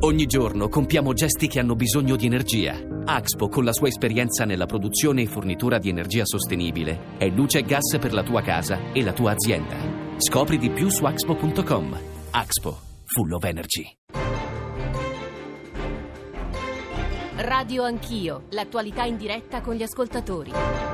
Ogni giorno compiamo gesti che hanno bisogno di energia. Axpo, con la sua esperienza nella produzione e fornitura di energia sostenibile, è luce e gas per la tua casa e la tua azienda. Scopri di più su Axpo.com. Axpo, full of energy. Radio Anch'io, l'attualità in diretta con gli ascoltatori.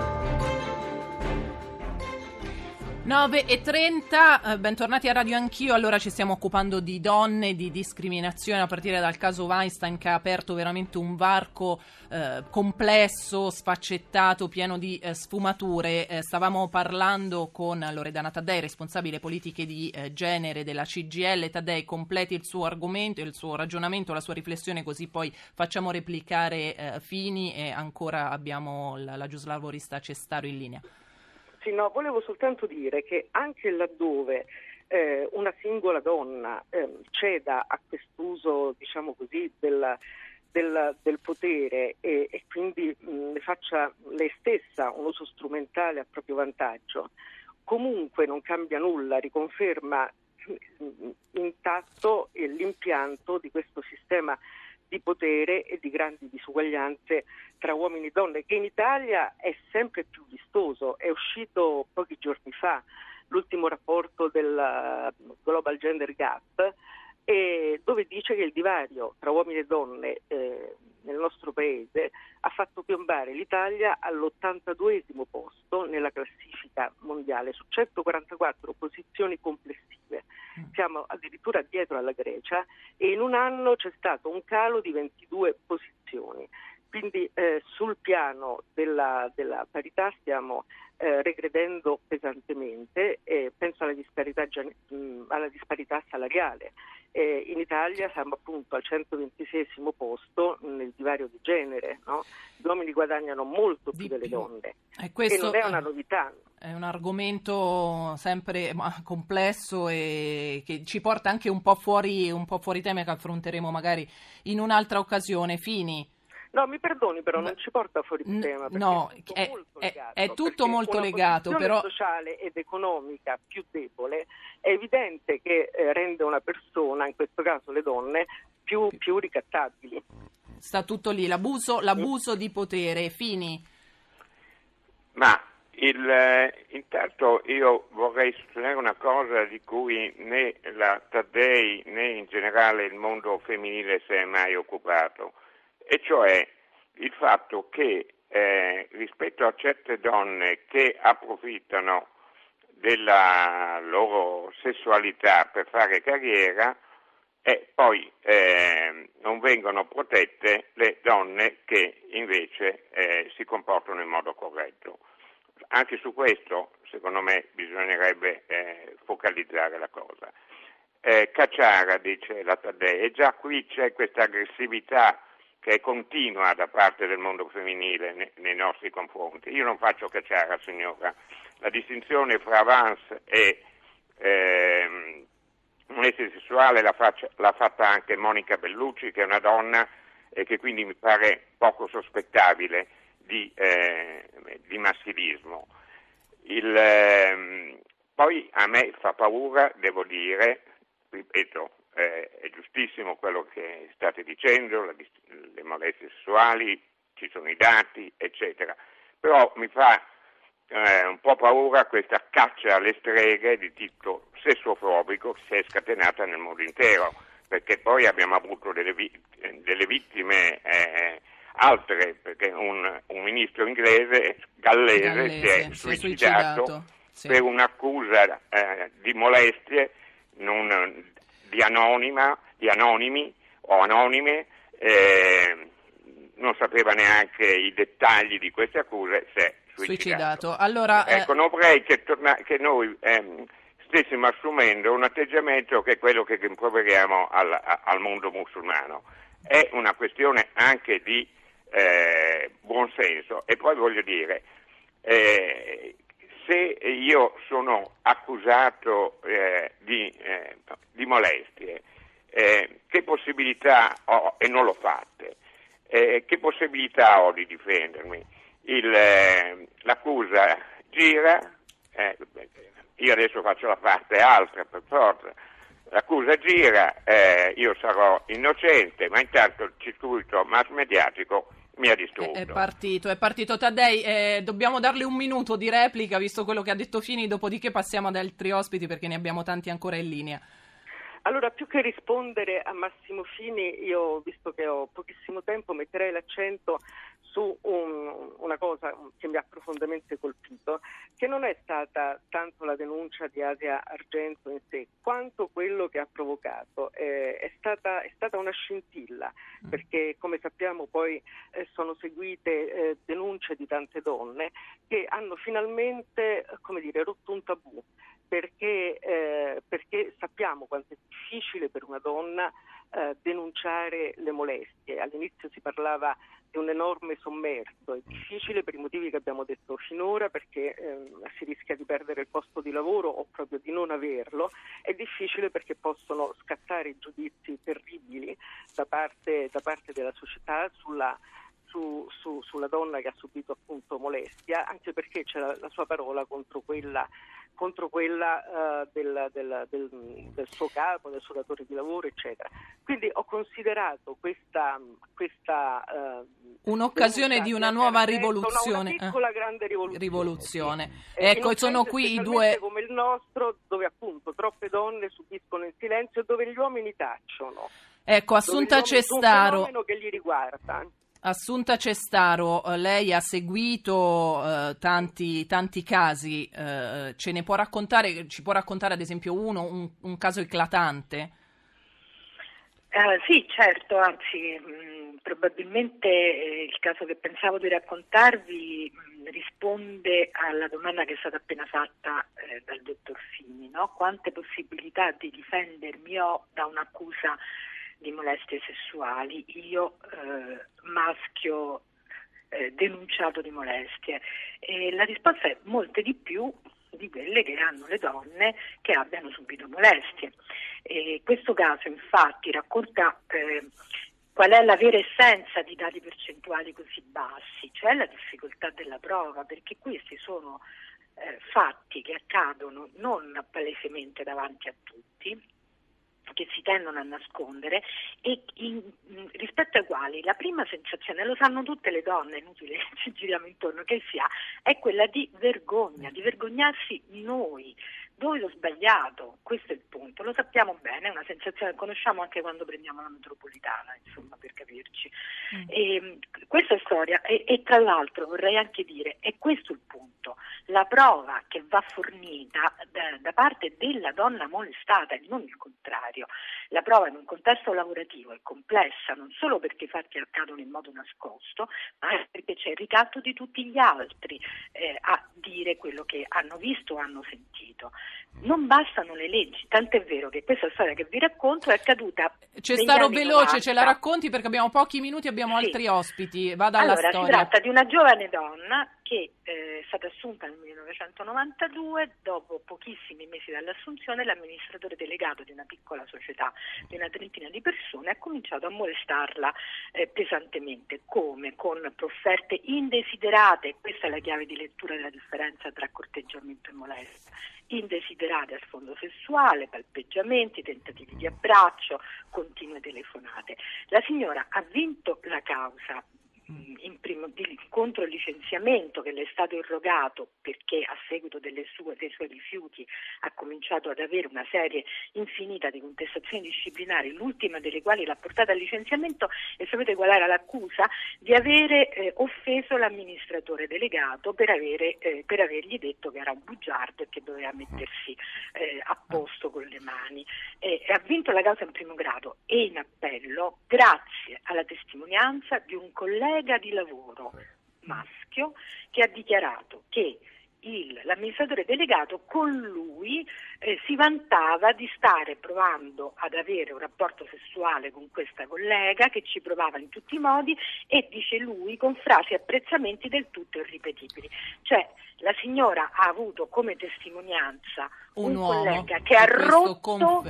9:30, bentornati a Radio Anch'io. Allora ci stiamo occupando di donne, di discriminazione a partire dal caso Weinstein, che ha aperto veramente un varco complesso, sfaccettato, pieno di sfumature. Stavamo parlando con Loredana Taddei, responsabile politiche di genere della CGIL. Taddei, completi il suo argomento, il suo ragionamento, la sua riflessione, così poi facciamo replicare Fini e ancora abbiamo la giuslavorista Cestaro in linea. Sì, no, volevo soltanto dire che anche laddove una singola donna ceda a quest'uso, diciamo così, del potere e quindi ne faccia lei stessa un uso strumentale a proprio vantaggio, comunque non cambia nulla, riconferma intatto l'impianto di questo sistema di potere e di grandi disuguaglianze tra uomini e donne, che in Italia è sempre più vistoso. È uscito pochi giorni fa l'ultimo rapporto del Global Gender Gap, dove dice che il divario tra uomini e donne nel nostro paese ha fatto piombare l'Italia all'82esimo posto nella classifica mondiale su 144 posizioni complessive. Siamo addirittura dietro alla Grecia e in un anno c'è stato un calo di 22 posizioni. Quindi sul piano della parità stiamo regredendo pesantemente, penso alla disparità salariale. In Italia siamo appunto al 126esimo posto nel divario di genere, no? Gli uomini guadagnano molto più delle donne e non è una novità. È un argomento sempre complesso e che ci porta anche un po' fuori tema, che affronteremo magari in un'altra occasione. Fini. No, mi perdoni, però non ci porta fuori il tema, perché no, è tutto molto legato, però una sociale ed economica più debole è evidente che rende una persona, in questo caso le donne, più ricattabili. Sta tutto lì, l'abuso di potere. Fini. Ma intanto io vorrei sottolineare una cosa di cui né la Taddei né in generale il mondo femminile si è mai occupato, e cioè il fatto che rispetto a certe donne che approfittano della loro sessualità per fare carriera e poi non vengono protette le donne che invece si comportano in modo corretto. Anche su questo, secondo me, bisognerebbe focalizzare la cosa. Cacciara, dice la Taddei, e già qui c'è questa aggressività che è continua da parte del mondo femminile nei nostri confronti. Io non faccio cacciara, signora. La distinzione fra avance e molestia sessuale l'ha fatta anche Monica Bellucci, che è una donna e che quindi mi pare poco sospettabile di maschilismo. Poi a me fa paura, devo dire, ripeto, è giustissimo quello che state dicendo, le molestie sessuali, ci sono i dati, eccetera, però mi fa un po' paura questa caccia alle streghe di tipo sessuofobico che si è scatenata nel mondo intero, perché poi abbiamo avuto delle vittime altre, perché un ministro gallese si è suicidato sì, per un'accusa di molestie di anonimi o anonime, non sapeva neanche i dettagli di queste accuse, si è suicidato. Allora, ecco, non vorrei che noi stessimo assumendo un atteggiamento che è quello che rimproveriamo al mondo musulmano. È una questione anche di buonsenso. E poi voglio dire, se io sono accusato di molestie, che possibilità ho, e non l'ho fatte, che possibilità ho di difendermi? L'accusa gira, io adesso faccio la parte altra per forza, l'accusa gira, io sarò innocente, ma intanto il circuito mass mediatico mi ha distrutto. È partito Taddei, dobbiamo darle un minuto di replica visto quello che ha detto Fini, dopodiché passiamo ad altri ospiti perché ne abbiamo tanti ancora in linea. Allora, più che rispondere a Massimo Fini, io, visto che ho pochissimo tempo, metterei l'accento su una cosa che mi ha profondamente colpito, che non è stata tanto la denuncia di Asia Argento in sé, quanto quello che ha provocato. È stata una scintilla, perché come sappiamo poi sono seguite denunce di tante donne che hanno finalmente, rotto un tabù. Perché sappiamo quanto è difficile per una donna denunciare le molestie. All'inizio si parlava di un enorme sommerso, è difficile per i motivi che abbiamo detto finora, perché si rischia di perdere il posto di lavoro o proprio di non averlo, è difficile perché possono scattare giudizi terribili da parte della società sulla donna che ha subito appunto molestia, anche perché c'è la sua parola contro quella del suo capo, del suo datore di lavoro, eccetera. Quindi ho considerato questa un'occasione di una nuova rivoluzione, una piccola grande rivoluzione. Ecco, sono qui i due, come il nostro, dove appunto troppe donne subiscono in silenzio, dove gli uomini tacciono. Ecco, Assunta Cestaro. Un fenomeno che li riguarda. Assunta Cestaro, lei ha seguito tanti casi, ce ne può raccontare, ci può raccontare ad esempio un caso eclatante? Sì, certo, anzi probabilmente il caso che pensavo di raccontarvi risponde alla domanda che è stata appena fatta dal dottor Fini, no? Quante possibilità di difendermi ho da un'accusa di molestie sessuali, io maschio denunciato di molestie? E la risposta è molte di più di quelle che hanno le donne che abbiano subito molestie. E questo caso infatti racconta qual è la vera essenza di dati percentuali così bassi, cioè la difficoltà della prova, perché questi sono fatti che accadono non palesemente davanti a tutti, che si tendono a nascondere e rispetto ai quali la prima sensazione, lo sanno tutte le donne, inutile ci giriamo intorno, che si ha, è quella di vergogna, di vergognarsi noi. Dove ho sbagliato? Questo è il punto, lo sappiamo bene, è una sensazione che conosciamo anche quando prendiamo la metropolitana, insomma, per capirci. E questa è storia e tra l'altro vorrei anche dire, è questo il punto, la prova che va fornita da parte della donna molestata e non il contrario. La prova in un contesto lavorativo è complessa non solo perché i fatti accadono in modo nascosto, ma anche perché c'è il ricatto di tutti gli altri a dire quello che hanno visto o hanno sentito. Non bastano le leggi, tant'è vero che questa storia che vi racconto è accaduta Cestaro, veloce, 90. Ce la racconti perché abbiamo pochi minuti, abbiamo altri ospiti, vada alla storia. Si tratta di una giovane donna che è stata assunta nel 1992, dopo pochissimi mesi dall'assunzione l'amministratore delegato di una piccola società di una trentina di persone ha cominciato a molestarla pesantemente, come? Con profferte indesiderate, questa è la chiave di lettura della differenza tra corteggiamento e molestia, indesiderate a sfondo sessuale, palpeggiamenti, tentativi di abbraccio, continue telefonate. La signora ha vinto la causa contro il licenziamento che le è stato irrogato perché a seguito dei suoi rifiuti ha cominciato ad avere una serie infinita di contestazioni disciplinari, l'ultima delle quali l'ha portata al licenziamento, e sapete qual era l'accusa? Di avere offeso l'amministratore delegato per avergli detto che era un bugiardo e che doveva mettersi a posto con le mani. Ha vinto la causa in primo grado e in appello grazie alla testimonianza di un collega di lavoro maschio che ha dichiarato che l'amministratore delegato con lui si vantava di stare provando ad avere un rapporto sessuale con questa collega, che ci provava in tutti i modi e, dice lui, con frasi e apprezzamenti del tutto irripetibili. Cioè la signora ha avuto come testimonianza un collega che ha rotto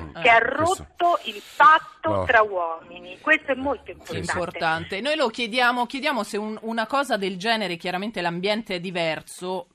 il patto tra uomini. Questo è molto importante. Noi lo chiediamo se una cosa del genere, chiaramente l'ambiente è diverso, lo ha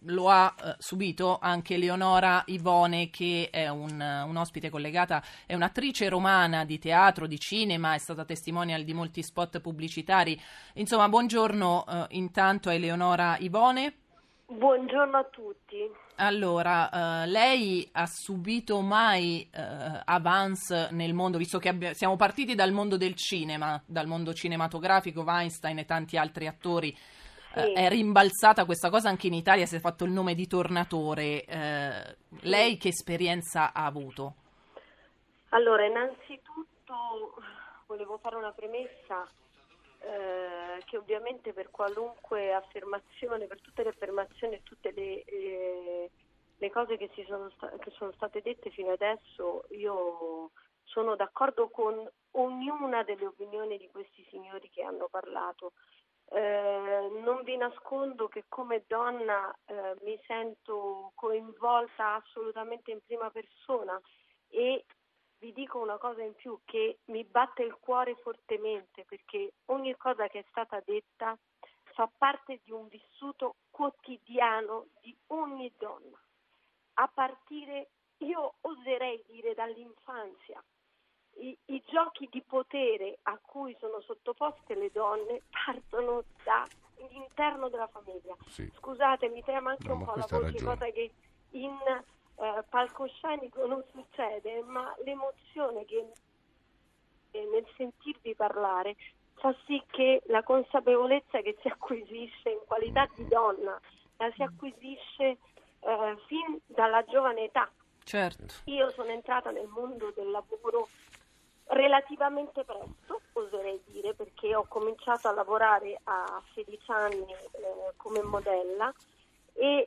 ha subito anche Eleonora Ivone, che è un ospite collegata, è un'attrice romana di teatro, di cinema, è stata testimonial di molti spot pubblicitari. Insomma, buongiorno intanto a Eleonora Ivone. Buongiorno a tutti. Allora, lei ha subito mai avance nel mondo, visto che siamo partiti dal mondo del cinema, dal mondo cinematografico, Weinstein e tanti altri attori, è rimbalzata questa cosa anche in Italia, si è fatto il nome di Tornatore. Lei che esperienza ha avuto? Allora, innanzitutto volevo fare una premessa che ovviamente per qualunque affermazione, per tutte le affermazioni e tutte le cose che sono state dette fino adesso, io sono d'accordo con ognuna delle opinioni di questi signori che hanno parlato. Non vi nascondo che come donna mi sento coinvolta assolutamente in prima persona e vi dico una cosa in più, che mi batte il cuore fortemente, perché ogni cosa che è stata detta fa parte di un vissuto quotidiano di ogni donna, a partire, io oserei dire, dall'infanzia. I giochi di potere a cui sono sottoposte le donne partono dall'interno della famiglia. Sì. Scusate, mi trema anche un po' la voce, cosa che in palcoscenico non succede, ma l'emozione che nel sentirvi parlare fa sì che la consapevolezza che si acquisisce in qualità di donna la si acquisisce fin dalla giovane età. Certo. Io sono entrata nel mondo del lavoro relativamente presto, oserei dire, perché ho cominciato a lavorare a 16 anni come modella e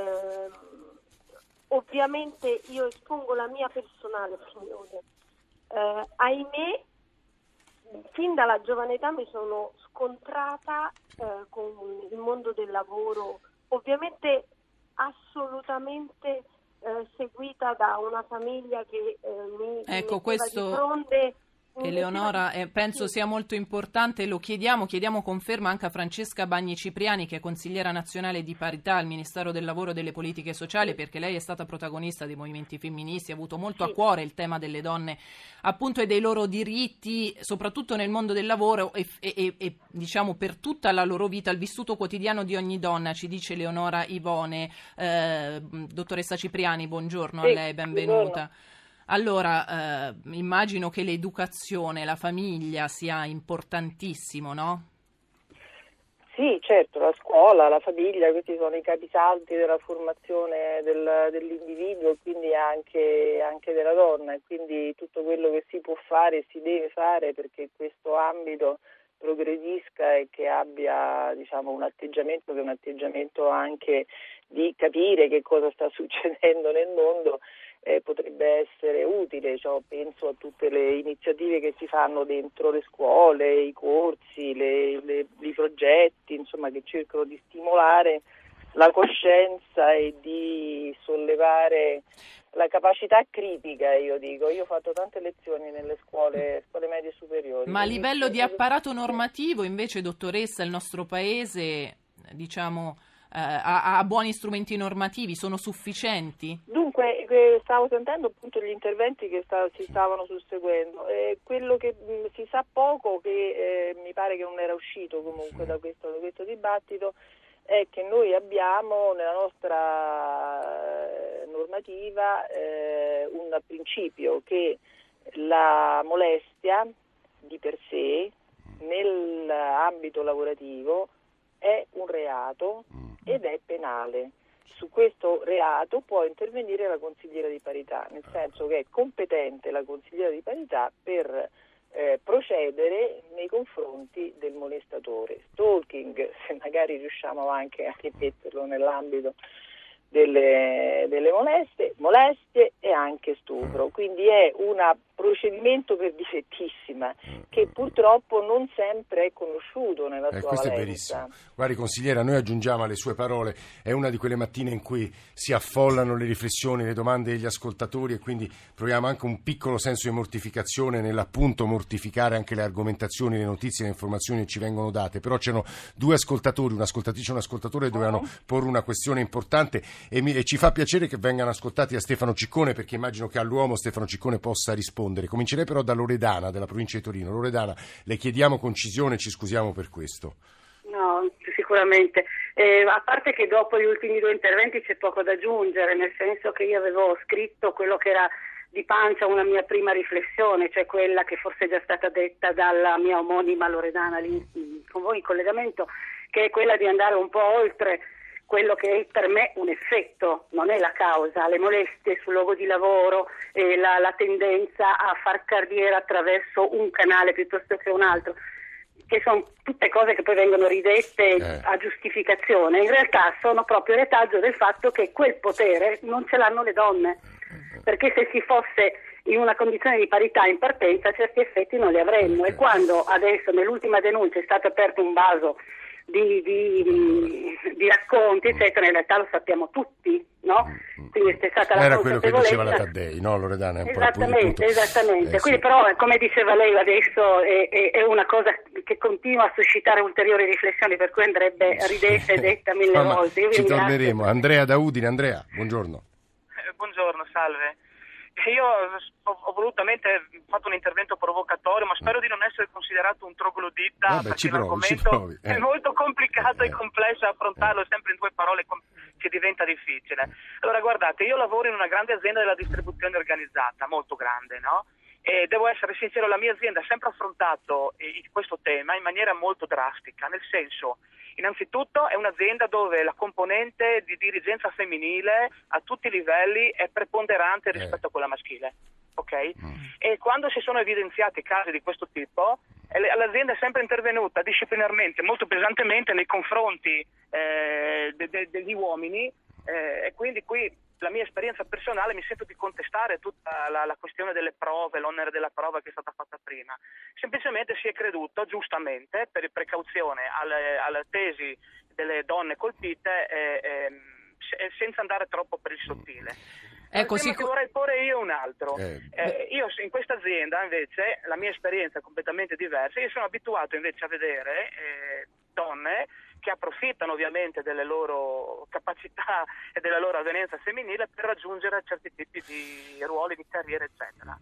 ovviamente io espongo la mia personale opinione. Ahimè, fin dalla giovane età mi sono scontrata con il mondo del lavoro, ovviamente assolutamente seguita da una famiglia che mi metteva questo... di fronte. Eleonora, penso sia molto importante, lo chiediamo conferma anche a Francesca Bagni Cipriani, che è consigliera nazionale di parità al Ministero del Lavoro e delle Politiche Sociali, perché lei è stata protagonista dei movimenti femministi, ha avuto molto a cuore il tema delle donne appunto e dei loro diritti, soprattutto nel mondo del lavoro e diciamo per tutta la loro vita, il vissuto quotidiano di ogni donna, ci dice Eleonora Ivone. Dottoressa Cipriani, buongiorno a lei, benvenuta. Buongiorno. Allora, immagino che l'educazione, la famiglia sia importantissimo, no? Sì, certo, la scuola, la famiglia, questi sono i capisaldi della formazione dell'individuo e quindi anche della donna, e quindi tutto quello che si può fare e si deve fare perché questo ambito progredisca e che abbia, diciamo, un atteggiamento che è un atteggiamento anche di capire che cosa sta succedendo nel mondo, potrebbe essere utile. Penso a tutte le iniziative che si fanno dentro le scuole, i corsi, i progetti, insomma, che cercano di stimolare la coscienza e di sollevare la capacità critica, io dico. Io ho fatto tante lezioni nelle scuole medie superiori. Ma a livello di apparato normativo, invece, dottoressa, il nostro paese, diciamo, ha buoni strumenti normativi, sono sufficienti? Dunque, stavo sentendo appunto gli interventi che si stavano susseguendo. Quello che si sa poco, che mi pare che non era uscito comunque da questo dibattito, è che noi abbiamo nella nostra normativa un principio che la molestia di per sé nell'ambito lavorativo è un reato ed è penale. Su questo reato può intervenire la consigliera di parità, nel senso che è competente la consigliera di parità per procedere nei confronti del molestatore. Stalking, se magari riusciamo anche a rimetterlo nell'ambito delle molestie e anche stupro. Quindi è una procedimento per difettissima, che purtroppo non sempre è conosciuto nella sua questo valenza. è verissimo. Guardi, consigliera, noi aggiungiamo alle sue parole, è una di quelle mattine in cui si affollano le riflessioni, le domande degli ascoltatori e quindi proviamo anche un piccolo senso di mortificazione nell'appunto mortificare anche le argomentazioni, le notizie, le informazioni che ci vengono date. Però c'erano due ascoltatori, un'ascoltatrice e un ascoltatore, che dovevano porre una questione importante e ci fa piacere che vengano ascoltati da Stefano Ciccone, perché immagino che all'uomo Stefano Ciccone possa rispondere. Comincerei però da Loredana, della provincia di Torino. Loredana, le chiediamo concisione, ci scusiamo per questo. No, sicuramente. A parte che dopo gli ultimi due interventi c'è poco da aggiungere, nel senso che io avevo scritto quello che era di pancia una mia prima riflessione, cioè quella che forse è già stata detta dalla mia omonima Loredana lì con voi in collegamento, che è quella di andare un po' oltre quello che è per me un effetto, non è la causa, le molestie sul luogo di lavoro, la tendenza a far carriera attraverso un canale piuttosto che un altro, che sono tutte cose che poi vengono ridette a giustificazione. In realtà sono proprio retaggio del fatto che quel potere non ce l'hanno le donne, perché se si fosse in una condizione di parità in partenza certi effetti non li avremmo, e quando adesso nell'ultima denuncia è stato aperto un vaso di racconti, eccetera, in realtà lo sappiamo tutti, no? Quindi c'è stata la era quello che diceva la consapevolezza. Taddei, no, Loredana? Esattamente. Quindi però, come diceva lei adesso, è una cosa che continua a suscitare ulteriori riflessioni, per cui andrebbe ridetta e detta mille volte. Io ci torneremo. Andrea da Udine. Andrea, buongiorno. Buongiorno, salve. Io ho volutamente fatto un intervento provocatorio, ma spero di non essere considerato un troglodita, perché l'argomento è molto complicato e complesso, affrontarlo sempre in due parole che diventa difficile. Allora, guardate, io lavoro in una grande azienda della distribuzione organizzata, molto grande, no? E devo essere sincero, la mia azienda ha sempre affrontato questo tema in maniera molto drastica, nel senso, innanzitutto è un'azienda dove la componente di dirigenza femminile a tutti i livelli è preponderante rispetto a quella maschile, ok? E quando si sono evidenziati casi di questo tipo, l'azienda è sempre intervenuta disciplinarmente, molto pesantemente nei confronti degli uomini, e quindi qui la mia esperienza personale mi sento di contestare tutta la questione delle prove, l'onere della prova che è stata fatta prima. Semplicemente si è creduto, giustamente, per precauzione alle tesi delle donne colpite, senza andare troppo per il sottile. Ecco, che vorrei porre io un altro. Io in questa azienda invece la mia esperienza è completamente diversa. Io sono abituato invece a vedere donne che approfittano ovviamente delle loro capacità e della loro avvenenza femminile per raggiungere certi tipi di ruoli di carriera, eccetera.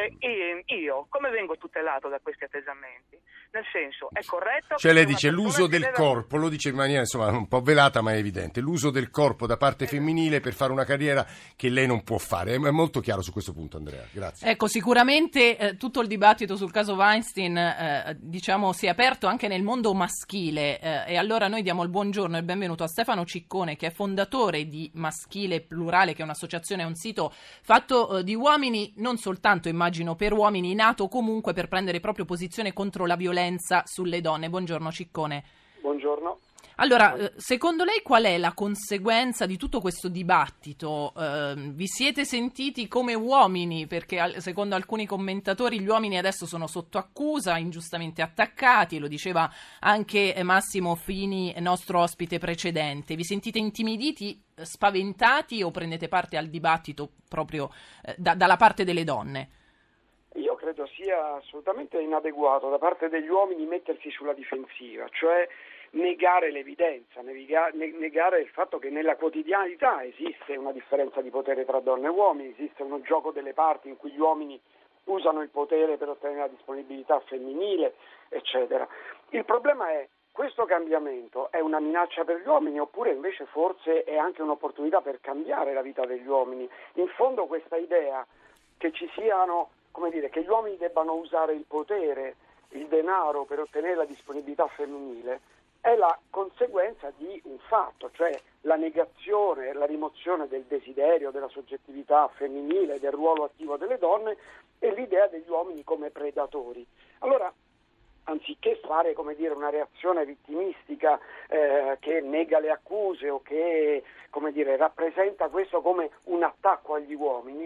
Io come vengo tutelato da questi atteggiamenti? Nel senso, è corretto... Cioè lei dice l'uso del corpo, lo dice in maniera insomma un po' velata ma è evidente, l'uso del corpo da parte femminile per fare una carriera che lei non può fare. È molto chiaro su questo punto, Andrea, grazie. Ecco, sicuramente tutto il dibattito sul caso Weinstein diciamo si è aperto anche nel mondo maschile, e allora noi diamo il buongiorno e il benvenuto a Stefano Ciccone, che è fondatore di Maschile Plurale, che è un'associazione, è un sito fatto di uomini, non soltanto immagino per uomini, nato comunque per prendere proprio posizione contro la violenza sulle donne. Buongiorno Ciccone. Buongiorno. Allora, secondo lei qual è la conseguenza di tutto questo dibattito? Vi siete sentiti come uomini? Perché secondo alcuni commentatori gli uomini adesso sono sotto accusa, ingiustamente attaccati, lo diceva anche Massimo Fini, nostro ospite precedente. Vi sentite intimiditi, spaventati o prendete parte al dibattito proprio dalla parte delle donne? Io credo sia assolutamente inadeguato da parte degli uomini mettersi sulla difensiva, cioè negare l'evidenza, negare il fatto che nella quotidianità esiste una differenza di potere tra donne e uomini, esiste uno gioco delle parti in cui gli uomini usano il potere per ottenere la disponibilità femminile, eccetera. Il problema è: questo cambiamento è una minaccia per gli uomini oppure invece forse è anche un'opportunità per cambiare la vita degli uomini? In fondo questa idea che ci siano, come dire, che gli uomini debbano usare il potere, il denaro per ottenere la disponibilità femminile è la conseguenza di un fatto, cioè la negazione, la rimozione del desiderio, della soggettività femminile, del ruolo attivo delle donne e l'idea degli uomini come predatori. Allora, anziché fare, come dire, una reazione vittimistica che nega le accuse o che, come dire, rappresenta questo come un attacco agli uomini,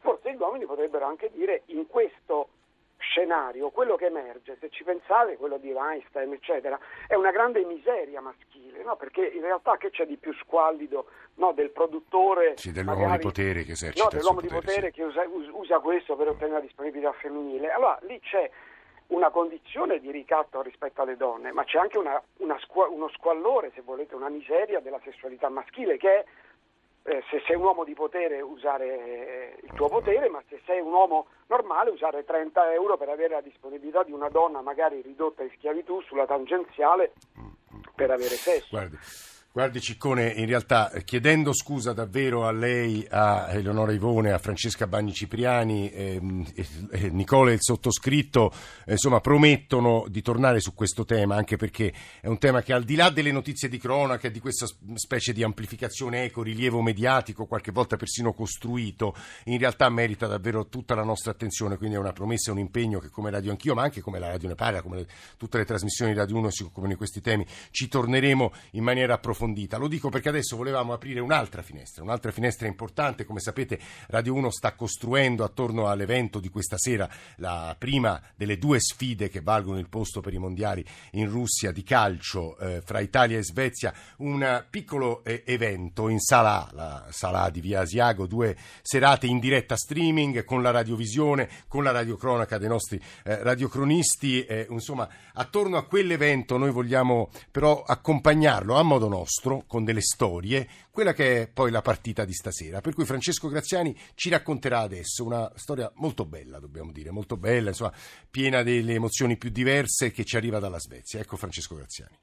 forse gli uomini potrebbero anche dire: in questo scenario quello che emerge, se ci pensate, quello di Weinstein eccetera, è una grande miseria maschile, no? Perché in realtà che c'è di più squallido, no, del produttore, dell'uomo di potere che esercita, dell'uomo di potere che usa questo per ottenere la disponibilità femminile. Allora lì c'è una condizione di ricatto rispetto alle donne, ma c'è anche uno squallore, se volete, una miseria della sessualità maschile, che è se sei un uomo di potere usare il tuo potere, ma se sei un uomo normale usare 30 euro per avere la disponibilità di una donna magari ridotta in schiavitù sulla tangenziale per avere sesso. Guardi Ciccone, in realtà chiedendo scusa davvero a lei, a Eleonora Ivone, a Francesca Bagni Cipriani, Nicola e il sottoscritto, insomma, promettono di tornare su questo tema, anche perché è un tema che al di là delle notizie di cronaca, di questa specie di amplificazione rilievo mediatico, qualche volta persino costruito, in realtà merita davvero tutta la nostra attenzione, quindi è una promessa e un impegno che come Radio Anch'io, ma anche come la Radio Ne Parla, come tutte le trasmissioni di Radio 1 si occupano di questi temi, ci torneremo in maniera approfondita. Lo dico perché adesso volevamo aprire un'altra finestra importante. Come sapete, Radio 1 sta costruendo attorno all'evento di questa sera la prima delle 2 sfide che valgono il posto per i mondiali in Russia di calcio fra Italia e Svezia, un piccolo evento in sala A, la sala A di Via Asiago, 2 serate in diretta streaming con la radiovisione, con la radiocronaca dei nostri radiocronisti, insomma attorno a quell'evento noi vogliamo però accompagnarlo a modo nostro, con delle storie, quella che è poi la partita di stasera. Per cui Francesco Graziani ci racconterà adesso una storia molto bella, dobbiamo dire, molto bella, insomma, piena delle emozioni più diverse, che ci arriva dalla Svezia. Ecco Francesco Graziani.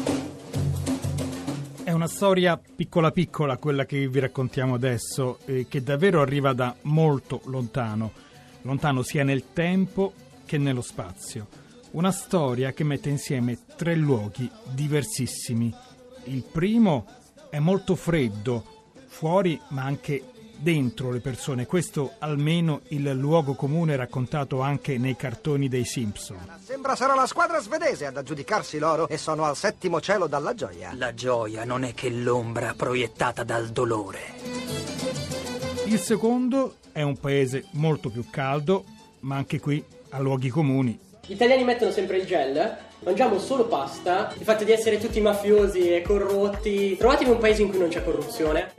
È una storia piccola piccola quella che vi raccontiamo adesso, che davvero arriva da molto lontano sia nel tempo che nello spazio. Una storia che mette insieme 3 luoghi diversissimi. Il primo è molto freddo, fuori ma anche dentro le persone. Questo almeno il luogo comune raccontato anche nei cartoni dei Simpson. Sembra sarà la squadra svedese ad aggiudicarsi l'oro e sono al 7° cielo dalla gioia. La gioia non è che l'ombra proiettata dal dolore. Il secondo è un paese molto più caldo, ma anche qui ha luoghi comuni. Gli italiani mettono sempre il gel, mangiamo solo pasta, il fatto di essere tutti mafiosi e corrotti. Trovatevi un paese in cui non c'è corruzione.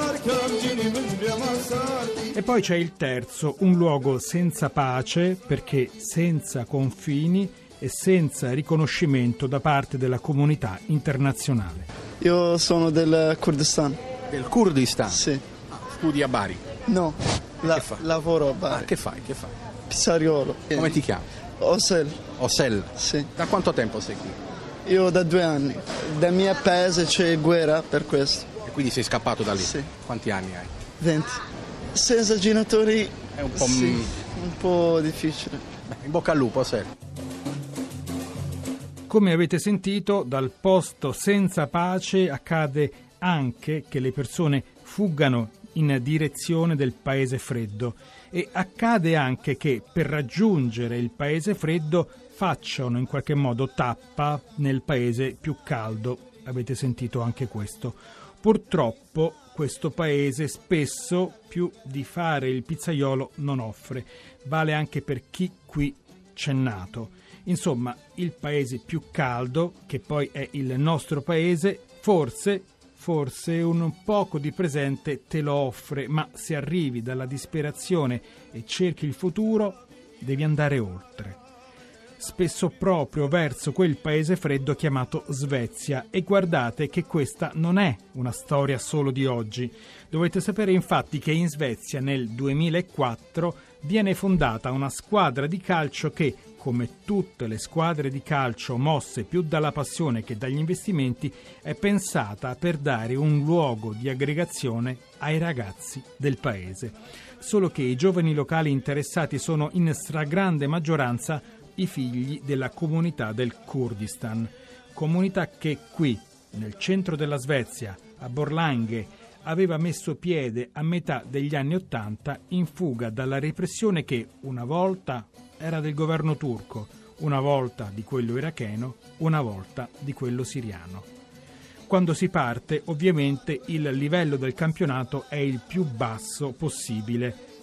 E poi c'è il terzo, un luogo senza pace, perché senza confini e senza riconoscimento da parte della comunità internazionale. Io sono del Kurdistan. Del Kurdistan? Sì. Studi a Bari? No, lavoro a Bari. Che fai? Pizzaiolo. Come ti chiami? Osel? Sì. Da quanto tempo sei qui? Io da 2 anni. Da mio paese c'è guerra per questo. E quindi sei scappato da lì? Sì. Quanti anni hai? 20. Senza genitori è un po'... Sì, un po' difficile. In bocca al lupo, Osel. Come avete sentito, dal posto senza pace accade anche che le persone fuggano in direzione del paese freddo, e accade anche che per raggiungere il paese freddo facciano in qualche modo tappa nel paese più caldo. Avete sentito anche questo. Purtroppo questo paese spesso più di fare il pizzaiolo non offre. Vale anche per chi qui c'è nato. Insomma, il paese più caldo, che poi è il nostro paese, forse un poco di presente te lo offre, ma se arrivi dalla disperazione e cerchi il futuro, devi andare oltre. Spesso proprio verso quel paese freddo chiamato Svezia. E guardate che questa non è una storia solo di oggi. Dovete sapere infatti che in Svezia nel 2004 viene fondata una squadra di calcio che, come tutte le squadre di calcio mosse più dalla passione che dagli investimenti, è pensata per dare un luogo di aggregazione ai ragazzi del paese. Solo che i giovani locali interessati sono in stragrande maggioranza i figli della comunità del Kurdistan, comunità che qui, nel centro della Svezia, a Borlänge, aveva messo piede a metà degli anni '80 in fuga dalla repressione che una volta era del governo turco, una volta di quello iracheno, una volta di quello siriano. Quando si parte, ovviamente, il livello del campionato è il più basso possibile.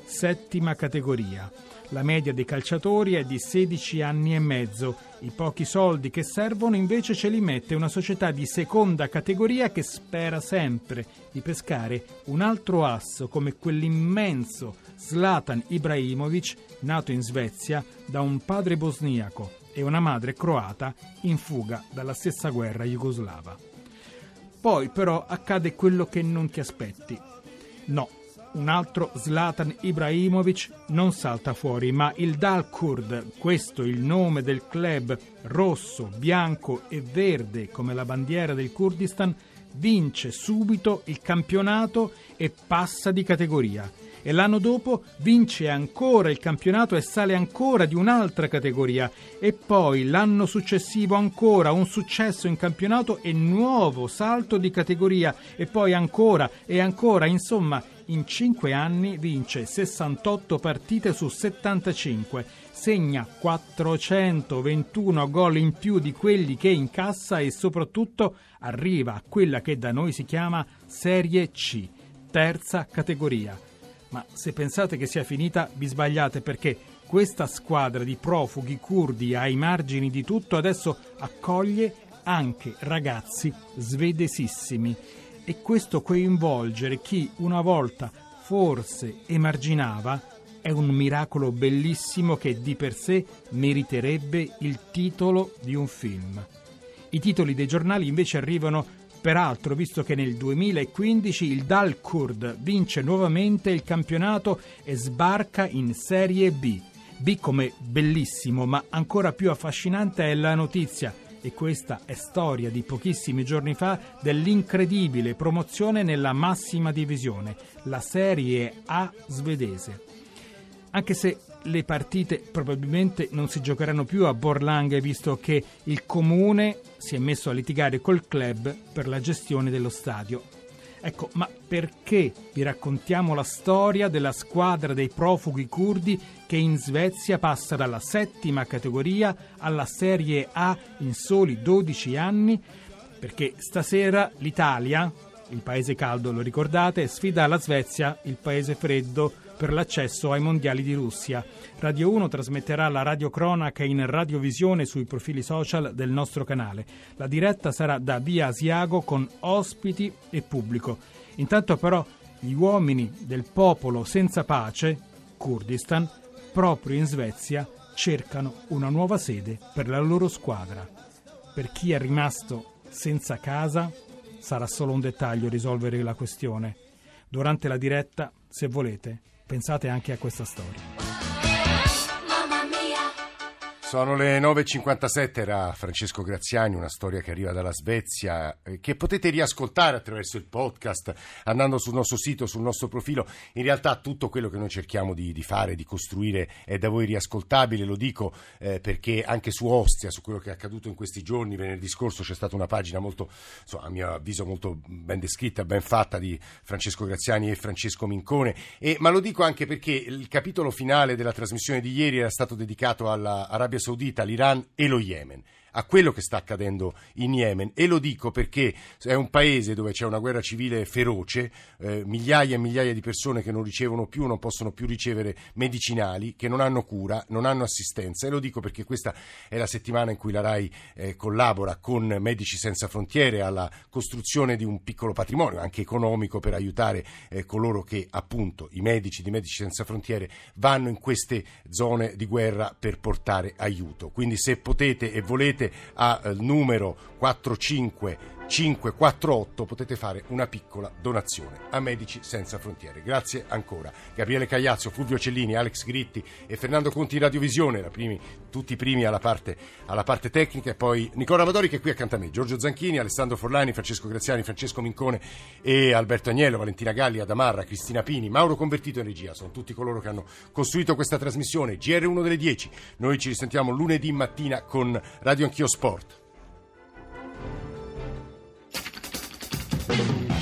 7ª categoria. La media dei calciatori è di 16 anni e mezzo. I pochi soldi che servono invece ce li mette una società di 2ª categoria che spera sempre di pescare un altro asso come quell'immenso Zlatan Ibrahimovic, nato in Svezia da un padre bosniaco e una madre croata in fuga dalla stessa guerra jugoslava. Poi però accade quello che non ti aspetti. No. Un altro Zlatan Ibrahimovic non salta fuori, ma il Dalkurd, questo il nome del club rosso, bianco e verde come la bandiera del Kurdistan, vince subito il campionato e passa di categoria. E l'anno dopo vince ancora il campionato e sale ancora di un'altra categoria. E poi l'anno successivo ancora un successo in campionato e nuovo salto di categoria. E poi ancora e ancora, insomma, in 5 anni vince 68 partite su 75, segna 421 gol in più di quelli che incassa e soprattutto arriva a quella che da noi si chiama Serie C, 3ª categoria. Ma se pensate che sia finita, vi sbagliate, perché questa squadra di profughi curdi ai margini di tutto adesso accoglie anche ragazzi svedesissimi. E questo coinvolgere chi una volta forse emarginava è un miracolo bellissimo che di per sé meriterebbe il titolo di un film. I titoli dei giornali invece arrivano peraltro, visto che nel 2015 il Dalkurd vince nuovamente il campionato e sbarca in Serie B. B come bellissimo, ma ancora più affascinante è la notizia. E questa è storia di pochissimi giorni fa dell'incredibile promozione nella massima divisione, la Serie A svedese. Anche se le partite probabilmente non si giocheranno più a Borlänge, visto che il comune si è messo a litigare col club per la gestione dello stadio. Ecco, ma perché vi raccontiamo la storia della squadra dei profughi curdi che in Svezia passa dalla 7ª categoria alla Serie A in soli 12 anni? Perché stasera l'Italia, il paese caldo, lo ricordate, sfida la Svezia, il paese freddo, per l'accesso ai mondiali di Russia. Radio 1 trasmetterà la radiocronaca in radiovisione sui profili social del nostro canale. La diretta sarà da via Asiago con ospiti e pubblico. Intanto però gli uomini del popolo senza pace, Kurdistan, proprio in Svezia, cercano una nuova sede per la loro squadra. Per chi è rimasto senza casa, sarà solo un dettaglio risolvere la questione. Durante la diretta, se volete, pensate anche a questa storia. Sono le 9.57, era Francesco Graziani, una storia che arriva dalla Svezia, che potete riascoltare attraverso il podcast, andando sul nostro sito, sul nostro profilo. In realtà tutto quello che noi cerchiamo di fare, di costruire, è da voi riascoltabile, lo dico perché anche su Ostia, su quello che è accaduto in questi giorni, venerdì scorso c'è stata una pagina molto, a mio avviso, molto ben descritta, ben fatta, di Francesco Graziani e Francesco Mincone, ma lo dico anche perché il capitolo finale della trasmissione di ieri era stato dedicato all'Arabia Saudita, l'Iran e lo Yemen, a quello che sta accadendo in Yemen, e lo dico perché è un paese dove c'è una guerra civile feroce, migliaia e migliaia di persone che non ricevono più, non possono più ricevere medicinali, che non hanno cura, non hanno assistenza, e lo dico perché questa è la settimana in cui la RAI collabora con Medici Senza Frontiere alla costruzione di un piccolo patrimonio anche economico per aiutare coloro che, appunto, i medici di Medici Senza Frontiere vanno in queste zone di guerra per portare aiuto. Quindi se potete e volete, al numero 45548 potete fare una piccola donazione a Medici Senza Frontiere. Grazie ancora. Gabriele Cagliazzo, Fulvio Cellini, Alex Gritti e Fernando Conti in radiovisione, tutti i primi alla parte tecnica, e poi Nicola Amadori che è qui accanto a me, Giorgio Zanchini, Alessandro Forlani, Francesco Graziani, Francesco Mincone e Alberto Agnello, Valentina Galli, Adamarra, Cristina Pini, Mauro Convertito in regia. Sono tutti coloro che hanno costruito questa trasmissione. GR1 delle 10. Noi ci risentiamo lunedì mattina con Radio Anch'io Sport.